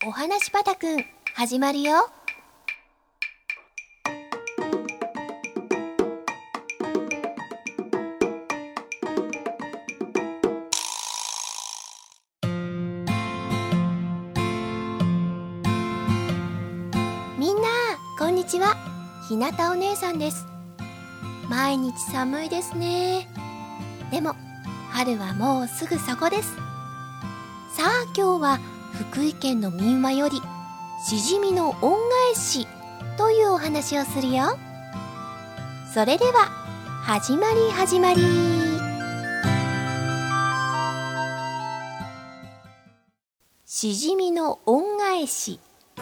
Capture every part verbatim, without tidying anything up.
おはなしパタくん始まるよ。みんなこんにちは、ひなたお姉さんです。毎日寒いですね。でも春はもうすぐそこです。さあ今日は福井県の民話よりしじみの恩返しというお話をするよ。それでは始まり始まり。しじみの恩返し。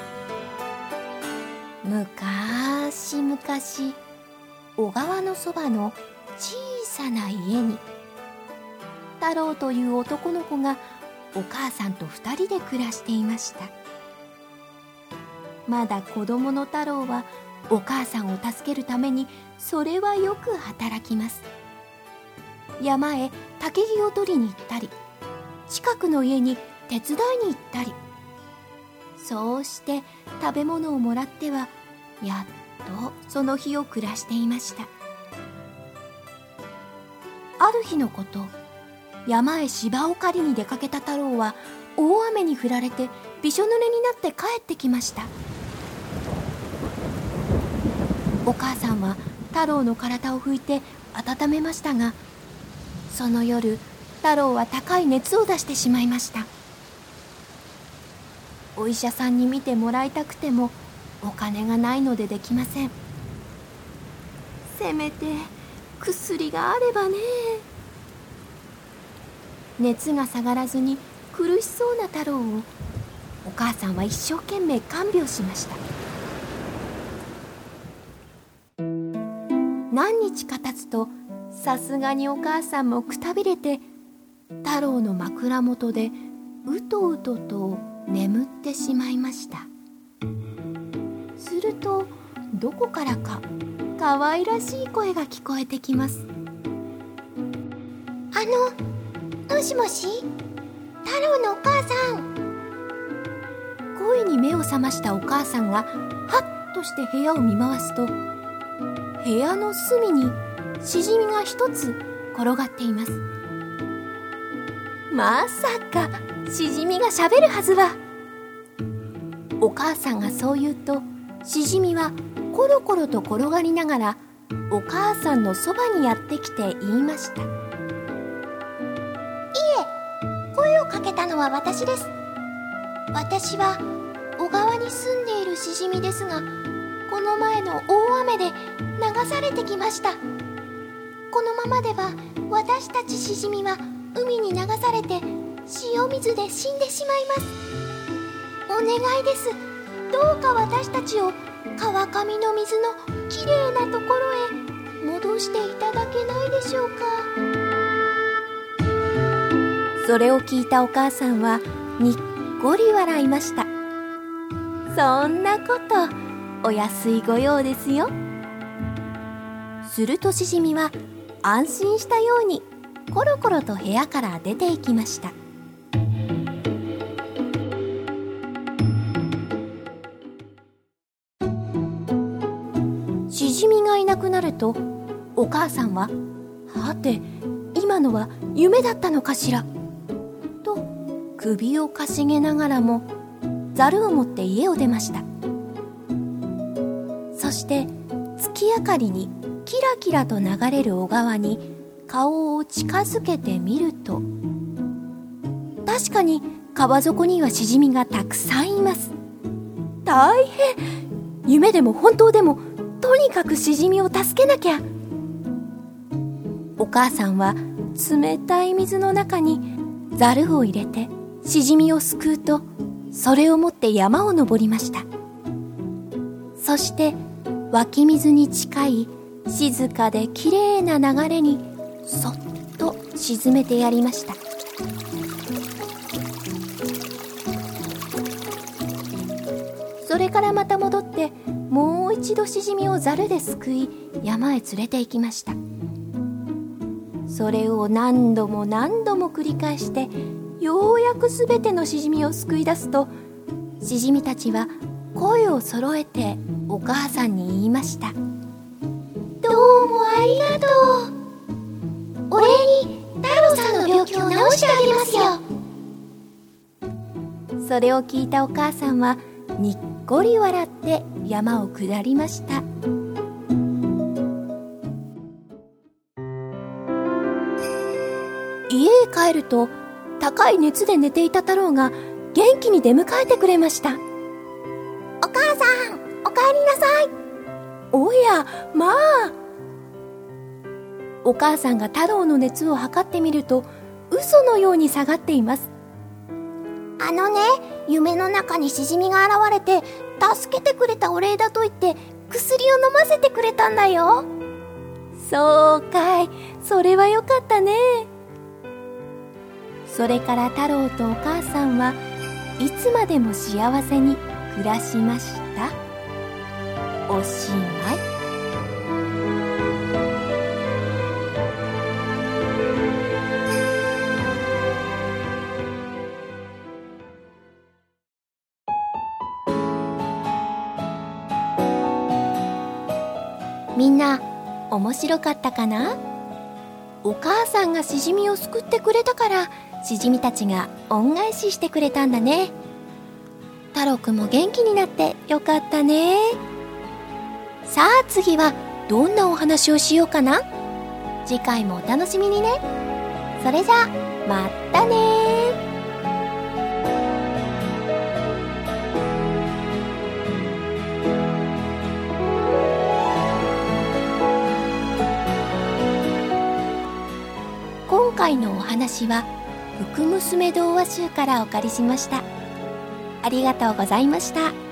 むかしむかし、小川のそばの小さな家に太郎という男の子がお母さんと二人で暮らしていました。まだ子供の太郎はお母さんを助けるためにそれはよく働きます。山へ竹木を取りに行ったり、近くの家に手伝いに行ったり、そうして食べ物をもらってはやっとその日を暮らしていました。ある日のこと、山へ芝を刈りに出かけた太郎は大雨に降られてびしょ濡れになって帰ってきました。お母さんは太郎の体を拭いて温めましたが、その夜太郎は高い熱を出してしまいました。お医者さんに診てもらいたくてもお金がないのでできません。せめて薬があればね。熱が下がらずに苦しそうな太郎をお母さんは一生懸命看病しました。何日か経つとさすがにお母さんもくたびれて太郎の枕元でうとうとと眠ってしまいました。するとどこからか可愛らしい声が聞こえてきます。あの、もしもし、太郎のお母さん。声に目を覚ましたお母さんがはっとして部屋を見回すと、部屋の隅にしじみが一つ転がっています。まさかしじみがしゃべるはずは。お母さんがそう言うと、しじみはコロコロと転がりながらお母さんのそばにやってきて言いました。いえ、声をかけたのは私です。私は小川に住んでいるしじみですが、この前の大雨で流されてきました。このままでは私たちしじみは海に流されて塩水で死んでしまいます。お願いです。どうか私たちを川上の水のきれいなところへ戻していただけないでしょうか。それを聞いたお母さんはにっこり笑いました。そんなことお安いご用ですよ。するとしじみは安心したようにコロコロと部屋から出て行きました。しじみがいなくなるとお母さんははて今のは夢だったのかしらと首をかしげながらもざるを持って家を出ました。そして月明かりにキラキラと流れる小川に顔を近づけてみると、確かに川底にはしじみがたくさんいます。大変、夢でも本当でもとにかくしじみを助けなきゃ。お母さんは冷たい水の中にざるを入れてしじみをすくうと、それを持って山を登りました。そして湧き水に近い静かできれいな流れにそっと沈めてやりました。それからまた戻ってもう一度しじみをざるですくい山へ連れて行きました。それを何度も何度も繰り返してようやくすべてのしじみをすくい出すと、 しじみたちは声を揃えてお母さんに言いました。どうもありがとう。お礼に太郎さんの病気を治してあげますよ。それを聞いたお母さんはにっこり笑って山を下りました。家へ帰ると高い熱で寝ていた太郎が元気に出迎えてくれました。お母さん、おかえりなさい。おや、まあ。お母さんが太郎の熱を測ってみると嘘のように下がっています。あのね、夢の中にしじみが現れて助けてくれたお礼だと言って薬を飲ませてくれたんだよ。そうかい、それはよかったね。それから太郎とお母さんはいつまでも幸せに暮らしました。おしまい。みんな面白かったかな？お母さんがしじみを救ってくれたからしじみたちが恩返ししてくれたんだね。太郎くんも元気になってよかったね。さあ次はどんなお話をしようかな。次回もお楽しみにね。それじゃあまたね。今回のお話は福娘童話集からお借りしました。ありがとうございました。